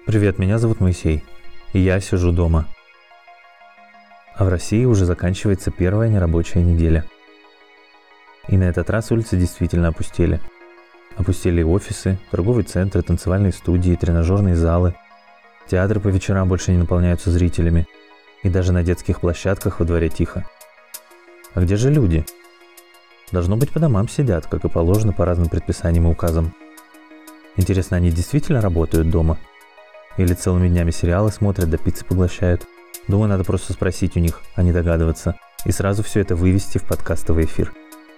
Привет, меня зовут Моисей, и я сижу дома. А в России уже заканчивается первая нерабочая неделя. И на этот раз улицы действительно опустели. Опустели офисы, торговые центры, танцевальные студии, тренажерные залы. Театры по вечерам больше не наполняются зрителями. И даже на детских площадках во дворе тихо. А где же люди? Должно быть, по домам сидят, как и положено по разным предписаниям и указам. Интересно, они действительно работают дома? Или целыми днями сериалы смотрят, да пиццы поглощают? Думаю, надо просто спросить у них, а не догадываться. И сразу все это вывести в подкастовый эфир.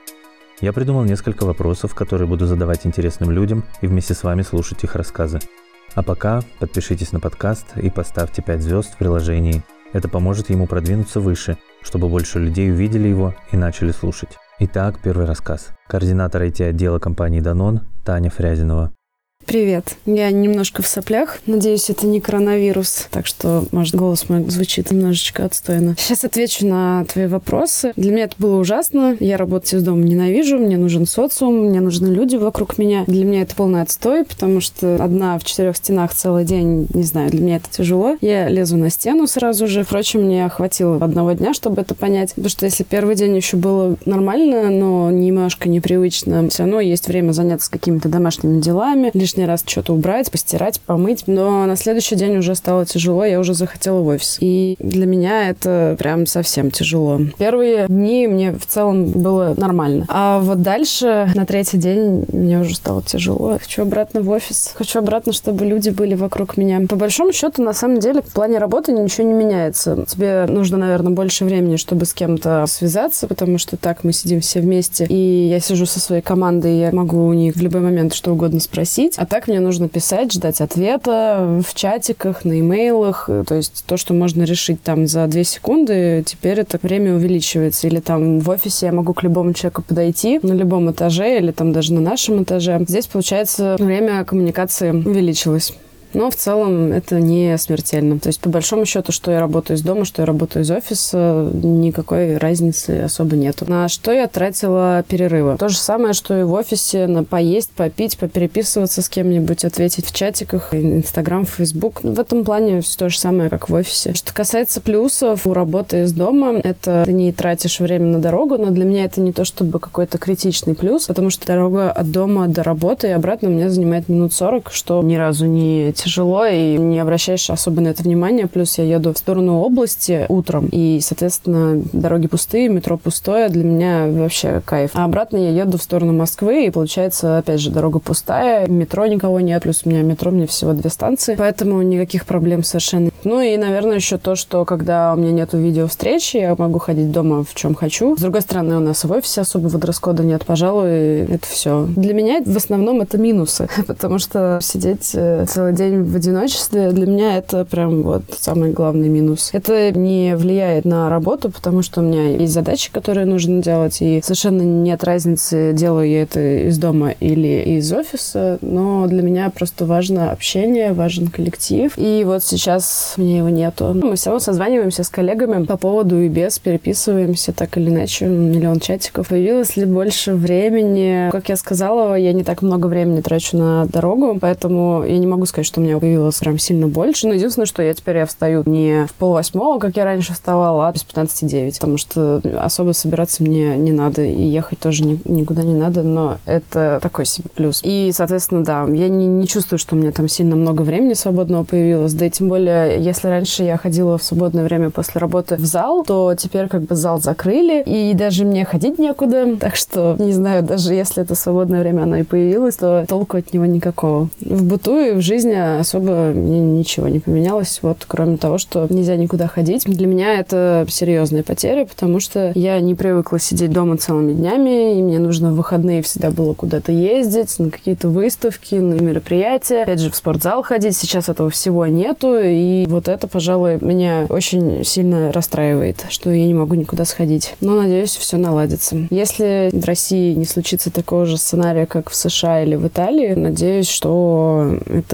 Я придумал несколько вопросов, которые буду задавать интересным людям и вместе с вами слушать их рассказы. А пока подпишитесь на подкаст и поставьте 5 звезд в приложении. Это поможет ему продвинуться выше, чтобы больше людей увидели его и начали слушать. Итак, первый рассказ. Координатор IT-отдела компании Danone Таня Фрязинова. Привет. Я немножко в соплях. Надеюсь, это не коронавирус. Так что, может, голос мой звучит немножечко отстойно. Сейчас отвечу на твои вопросы. Для меня это было ужасно. Я работать из дома ненавижу. Мне нужен социум. Мне нужны люди вокруг меня. Для меня это полный отстой, потому что одна в 4 стенах целый день, не знаю, для меня это тяжело. Я лезу на стену сразу же. Впрочем, мне хватило одного дня, чтобы это понять. Потому что если первый день еще было нормально, но немножко непривычно, все равно есть время заняться какими-то домашними делами, лишний раз что-то убрать, постирать, помыть. Но на следующий день уже стало тяжело, я уже захотела в офис. И для меня это прям совсем тяжело. Первые дни мне в целом было нормально. А вот дальше, на третий день, мне уже стало тяжело. Хочу обратно в офис. Хочу обратно, чтобы люди были вокруг меня. По большому счету, на самом деле, в плане работы ничего не меняется. Тебе нужно, наверное, больше времени, чтобы с кем-то связаться, потому что так мы сидим все вместе, и я сижу со своей командой, и я могу у них в любой момент что угодно спросить. А так мне нужно писать, ждать ответа в чатиках, на имейлах. То есть то, что можно решить там за 2 секунды, теперь это время увеличивается. Или там в офисе я могу к любому человеку подойти на любом этаже или там даже на нашем этаже. Здесь, получается, время коммуникации увеличилось. Но в целом это не смертельно. То есть, по большому счету, что я работаю из дома, что я работаю из офиса, никакой разницы особо нету. На что я тратила перерывы? То же самое, что и в офисе, на поесть, попить, попереписываться с кем-нибудь, ответить в чатиках, Инстаграм, Фейсбук. В этом плане все то же самое, как в офисе. Что касается плюсов у работы из дома, это ты не тратишь время на дорогу, но для меня это не то чтобы какой-то критичный плюс, потому что дорога от дома до работы и обратно у меня занимает минут 40, что ни разу не тяжело, и не обращаешь особо на это внимания. Плюс я еду в сторону области утром, и, соответственно, дороги пустые, метро пустое. Для меня вообще кайф. А обратно я еду в сторону Москвы, и, получается, опять же, дорога пустая, метро никого нет, плюс у меня метро, мне всего 2 станции, поэтому никаких проблем совершенно. Ну и, наверное, еще то, что когда у меня нету видеовстречи, я могу ходить дома в чем хочу. С другой стороны, у нас в офисе особого дресс-кода нет. Пожалуй, это все. Для меня в основном это минусы, потому что сидеть целый день в одиночестве, для меня это прям вот самый главный минус. Это не влияет на работу, потому что у меня есть задачи, которые нужно делать, и совершенно нет разницы, делаю я это из дома или из офиса, но для меня просто важно общение, важен коллектив, и вот сейчас у меня его нету. Мы все равно созваниваемся с коллегами по поводу и без, переписываемся так или иначе, миллион чатиков. Появилось ли больше времени? Как я сказала, я не так много времени трачу на дорогу, поэтому я не могу сказать, что у меня появилось прям сильно больше. Но единственное, что я теперь встаю не в 7:30, как я раньше вставала, а без 15:09, потому что особо собираться мне не надо, и ехать тоже никуда не надо, но это такой себе плюс. И, соответственно, да, я не чувствую, что у меня там сильно много времени свободного появилось, да и тем более, если раньше я ходила в свободное время после работы в зал, то теперь как бы зал закрыли, и даже мне ходить некуда, так что, не знаю, даже если это свободное время оно и появилось, то толку от него никакого. В быту и в жизни особо мне ничего не поменялось, вот, кроме того, что нельзя никуда ходить. Для меня это серьезная потеря, потому что я не привыкла сидеть дома целыми днями, и мне нужно в выходные всегда было куда-то ездить, на какие-то выставки, на мероприятия, опять же, в спортзал ходить. Сейчас этого всего нету, и вот это, пожалуй, меня очень сильно расстраивает, что я не могу никуда сходить. Но, надеюсь, все наладится. Если в России не случится такого же сценария, как в США или в Италии, надеюсь, что это все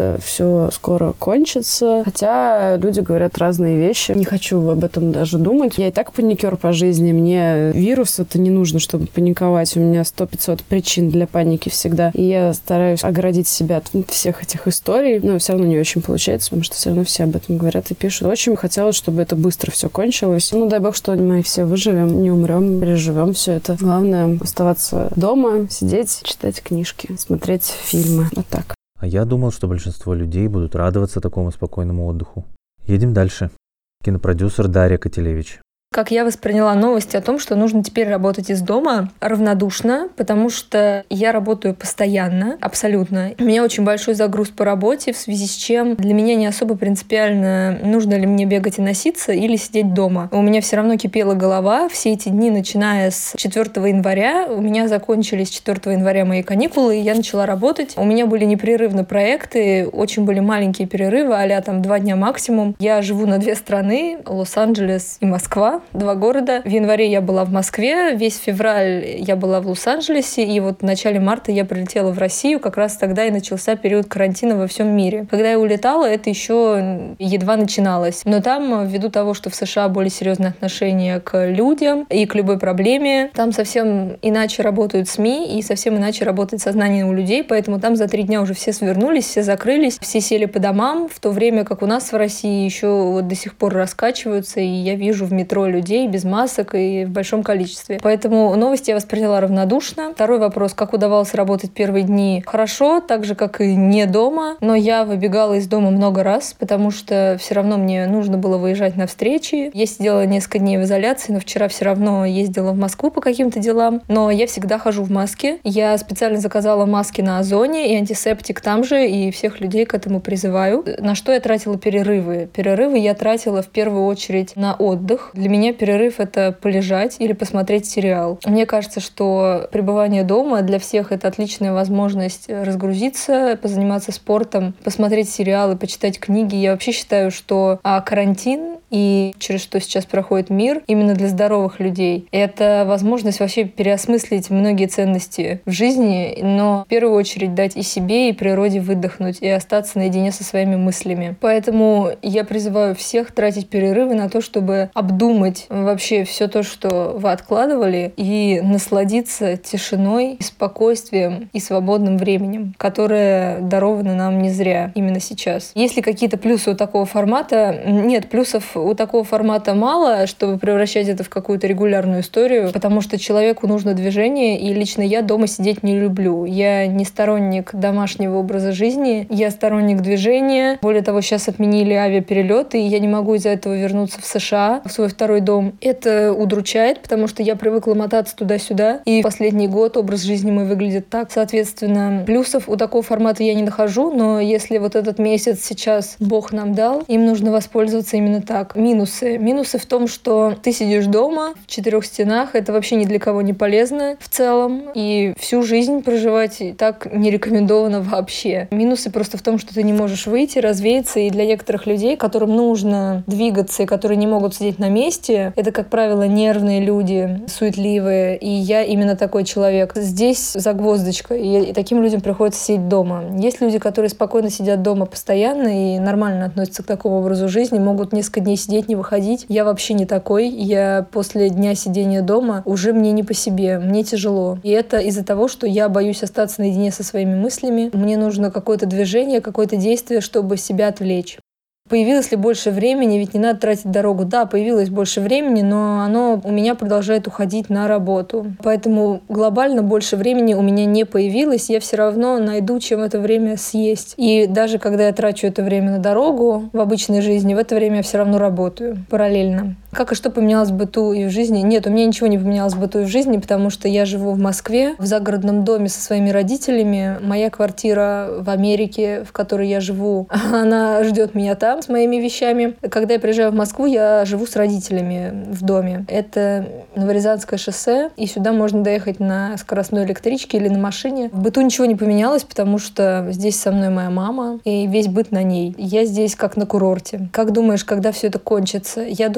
все скоро кончится. Хотя люди говорят разные вещи. Не хочу об этом даже думать. Я и так паникер по жизни. Мне вирус это не нужно, чтобы паниковать. У меня 100-500 причин для паники всегда. И я стараюсь оградить себя от всех этих историй. Но все равно не очень получается, потому что все равно все об этом говорят и пишут. Очень хотелось, чтобы это быстро все кончилось. Ну, дай бог, что мы все выживем, не умрем, переживем все это. Главное оставаться дома, сидеть, читать книжки, смотреть фильмы. Вот так. А я думал, что большинство людей будут радоваться такому спокойному отдыху. Едем дальше. Кинопродюсер Дарья Котелевич. Как я восприняла новости о том, что нужно теперь работать из дома, равнодушно, потому что я работаю постоянно, абсолютно. У меня очень большой загруз по работе, в связи с чем для меня не особо принципиально, нужно ли мне бегать и носиться или сидеть дома. У меня все равно кипела голова. Все эти дни, начиная с 4 января, у меня закончились 4 января мои каникулы, и я начала работать. У меня были непрерывно проекты, очень были маленькие перерывы, а-ля там 2 дня максимум. Я живу на 2 страны, Лос-Анджелес и Москва. 2 города. В январе я была в Москве, весь февраль я была в Лос-Анджелесе, и вот в начале марта я прилетела в Россию. Как раз тогда и начался период карантина во всем мире. Когда я улетала, это еще едва начиналось. Но там, ввиду того, что в США более серьезное отношение к людям и к любой проблеме, там совсем иначе работают СМИ и совсем иначе работает сознание у людей, поэтому там за 3 дня уже все свернулись, все закрылись, все сели по домам, в то время как у нас в России еще вот до сих пор раскачиваются, и я вижу в метро людей без масок и в большом количестве. Поэтому новости я восприняла равнодушно. Второй вопрос, как удавалось работать первые дни? Хорошо, так же, как и не дома, но я выбегала из дома много раз, потому что все равно мне нужно было выезжать на встречи. Я сидела несколько дней в изоляции, но вчера все равно ездила в Москву по каким-то делам, но я всегда хожу в маске. Я специально заказала маски на Озоне и антисептик там же, и всех людей к этому призываю. На что я тратила перерывы? Перерывы я тратила в первую очередь на отдых. Для меня перерыв — это полежать или посмотреть сериал. Мне кажется, что пребывание дома для всех — это отличная возможность разгрузиться, позаниматься спортом, посмотреть сериалы, почитать книги. Я вообще считаю, что карантин и через что сейчас проходит мир именно для здоровых людей — это возможность вообще переосмыслить многие ценности в жизни, но в первую очередь дать и себе, и природе выдохнуть, и остаться наедине со своими мыслями. Поэтому я призываю всех тратить перерывы на то, чтобы обдумать вообще все то, что вы откладывали, и насладиться тишиной, спокойствием и свободным временем, которое даровано нам не зря именно сейчас. Есть ли какие-то плюсы у такого формата? Нет, плюсов у такого формата мало, чтобы превращать это в какую-то регулярную историю, потому что человеку нужно движение, и лично я дома сидеть не люблю. Я не сторонник домашнего образа жизни, я сторонник движения. Более того, сейчас отменили авиаперелеты, и я не могу из-за этого вернуться в США, в свой второй дом. Это удручает, потому что я привыкла мотаться туда-сюда, и последний год образ жизни мой выглядит так. Соответственно, плюсов у такого формата я не нахожу, но если вот этот месяц сейчас Бог нам дал, им нужно воспользоваться именно так. Минусы. Минусы в том, что ты сидишь дома, в 4 стенах, это вообще ни для кого не полезно в целом, и всю жизнь проживать так не рекомендовано вообще. Минусы просто в том, что ты не можешь выйти, развеяться, и для некоторых людей, которым нужно двигаться и которые не могут сидеть на месте, это, как правило, нервные люди, суетливые, и я именно такой человек. Здесь загвоздочка, и таким людям приходится сидеть дома. Есть люди, которые спокойно сидят дома постоянно и нормально относятся к такому образу жизни, могут несколько дней сидеть, не выходить. Я вообще не такой. Я после дня сидения дома уже мне не по себе, мне тяжело. И это из-за того, что я боюсь остаться наедине со своими мыслями. Мне нужно какое-то движение, какое-то действие, чтобы себя отвлечь. Появилось ли больше времени? Ведь не надо тратить дорогу. Да, появилось больше времени, но оно у меня продолжает уходить на работу. Поэтому глобально больше времени у меня не появилось. Я все равно найду, чем это время съесть. И даже когда я трачу это время на дорогу в обычной жизни, в это время я все равно работаю параллельно. Как и что поменялось в быту и в жизни? Нет, у меня ничего не поменялось в быту и в жизни, потому что я живу в Москве, в загородном доме со своими родителями. Моя квартира в Америке, в которой я живу, она ждет меня там с моими вещами. Когда я приезжаю в Москву, я живу с родителями в доме. Это Новорязанское шоссе, и сюда можно доехать на скоростной электричке или на машине. В быту ничего не поменялось, потому что здесь со мной моя мама, и весь быт на ней. Я здесь как на курорте. Как думаешь, когда все это кончится? Я думаю, что это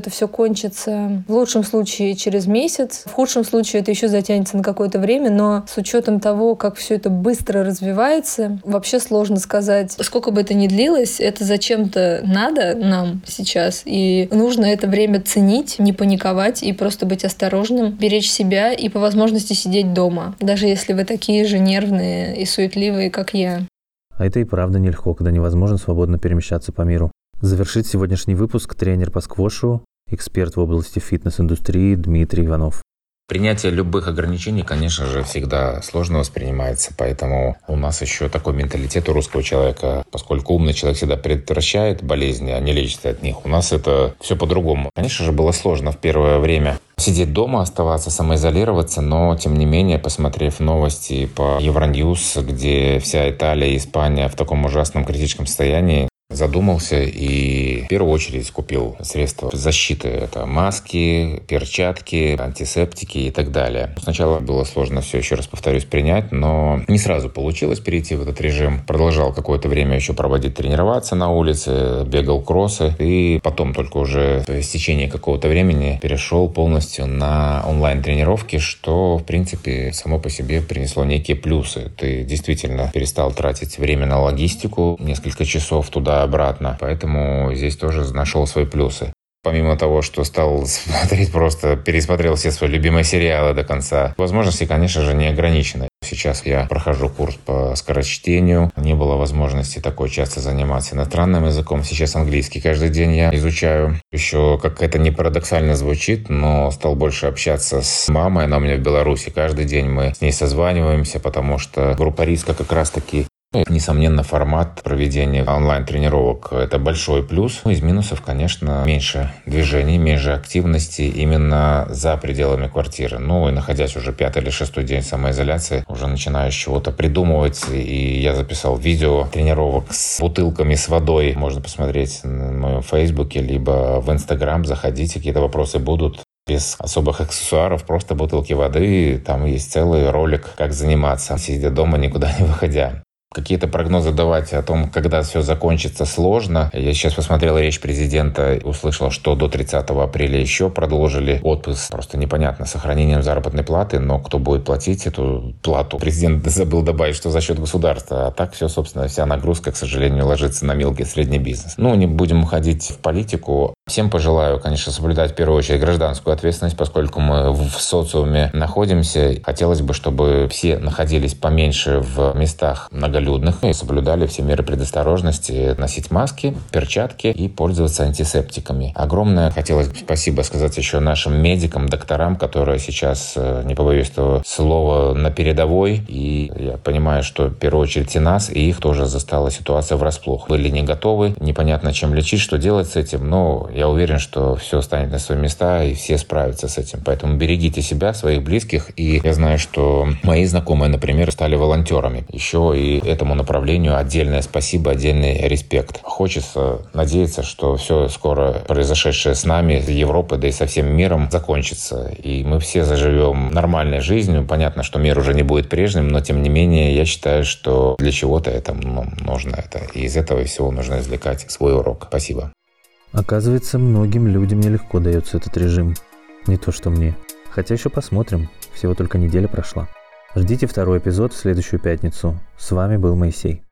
это все кончится в лучшем случае через месяц, в худшем случае это еще затянется на какое-то время, но с учетом того, как все это быстро развивается, вообще сложно сказать. Сколько бы это ни длилось, это зачем-то надо нам сейчас, и нужно это время ценить, не паниковать и просто быть осторожным, беречь себя и по возможности сидеть дома, даже если вы такие же нервные и суетливые, как я. А это и правда нелегко, когда невозможно свободно перемещаться по миру. Завершит сегодняшний выпуск тренер по сквошу, эксперт в области фитнес-индустрии Дмитрий Иванов. Принятие любых ограничений, конечно же, всегда сложно воспринимается, поэтому у нас еще такой менталитет у русского человека, поскольку умный человек всегда предотвращает болезни, а не лечится от них. У нас это все по-другому. Конечно же, было сложно в первое время сидеть дома, оставаться, самоизолироваться, но, тем не менее, посмотрев новости по Евроньюз, где вся Италия и Испания в таком ужасном критическом состоянии, задумался и в первую очередь купил средства защиты. Это маски, перчатки, антисептики и так далее. Сначала было сложно все, еще раз повторюсь, принять, но не сразу получилось перейти в этот режим. Продолжал какое-то время еще проводить, тренироваться на улице, бегал кроссы. И потом только уже в течение какого-то времени перешел полностью на онлайн-тренировки, что, в принципе, само по себе принесло некие плюсы. Ты действительно перестал тратить время на логистику, несколько часов туда обратно. Поэтому здесь тоже нашел свои плюсы. Помимо того, что стал смотреть, просто пересмотрел все свои любимые сериалы до конца. Возможности, конечно же, не ограничены. Сейчас я прохожу курс по скорочтению. Не было возможности такой часто заниматься иностранным языком. Сейчас английский каждый день я изучаю. Еще, как это не парадоксально звучит, но стал больше общаться с мамой. Она у меня в Беларуси. Каждый день мы с ней созваниваемся, потому что группа риска как раз-таки. Несомненно, формат проведения онлайн-тренировок – это большой плюс. Из минусов, конечно, меньше движений, меньше активности именно за пределами квартиры. И находясь уже 5-й или 6-й день самоизоляции, уже начинаешь чего-то придумывать. И я записал видео тренировок с бутылками с водой. Можно посмотреть на моем Фейсбуке, либо в Инстаграм. Заходите, какие-то вопросы будут. Без особых аксессуаров, просто бутылки воды. Там есть целый ролик, как заниматься, сидя дома, никуда не выходя. Какие-то прогнозы давать о том, когда все закончится, сложно. Я сейчас посмотрел речь президента, услышал, что до 30 апреля еще продолжили отпуск. Просто непонятно, с сохранением заработной платы, но кто будет платить эту плату? Президент забыл добавить, что за счет государства. А так все, собственно, вся нагрузка, к сожалению, ложится на мелкий и средний бизнес. Не будем уходить в политику. Всем пожелаю, конечно, соблюдать в первую очередь гражданскую ответственность, поскольку мы в социуме находимся. Хотелось бы, чтобы все находились поменьше в местах многолюдных и соблюдали все меры предосторожности, носить маски, перчатки и пользоваться антисептиками. Огромное хотелось бы спасибо сказать еще нашим медикам, докторам, которые сейчас, не побоюсь этого слова, на передовой. И я понимаю, что в первую очередь и нас, и их тоже застала ситуация врасплох. Были не готовы, непонятно, чем лечить, что делать с этим, но я уверен, что все станет на свои места и все справятся с этим. Поэтому берегите себя, своих близких. И я знаю, что мои знакомые, например, стали волонтерами. Еще и этому направлению отдельное спасибо, отдельный респект. Хочется надеяться, что все скоро произошедшее с нами, с Европой, да и со всем миром закончится. И мы все заживем нормальной жизнью. Понятно, что мир уже не будет прежним, но тем не менее я считаю, что для чего-то это нужно. И из этого всего нужно извлекать свой урок. Спасибо. Оказывается, многим людям нелегко дается этот режим. Не то что мне. Хотя еще посмотрим. Всего только неделя прошла. Ждите второй эпизод в следующую пятницу. С вами был Моисей.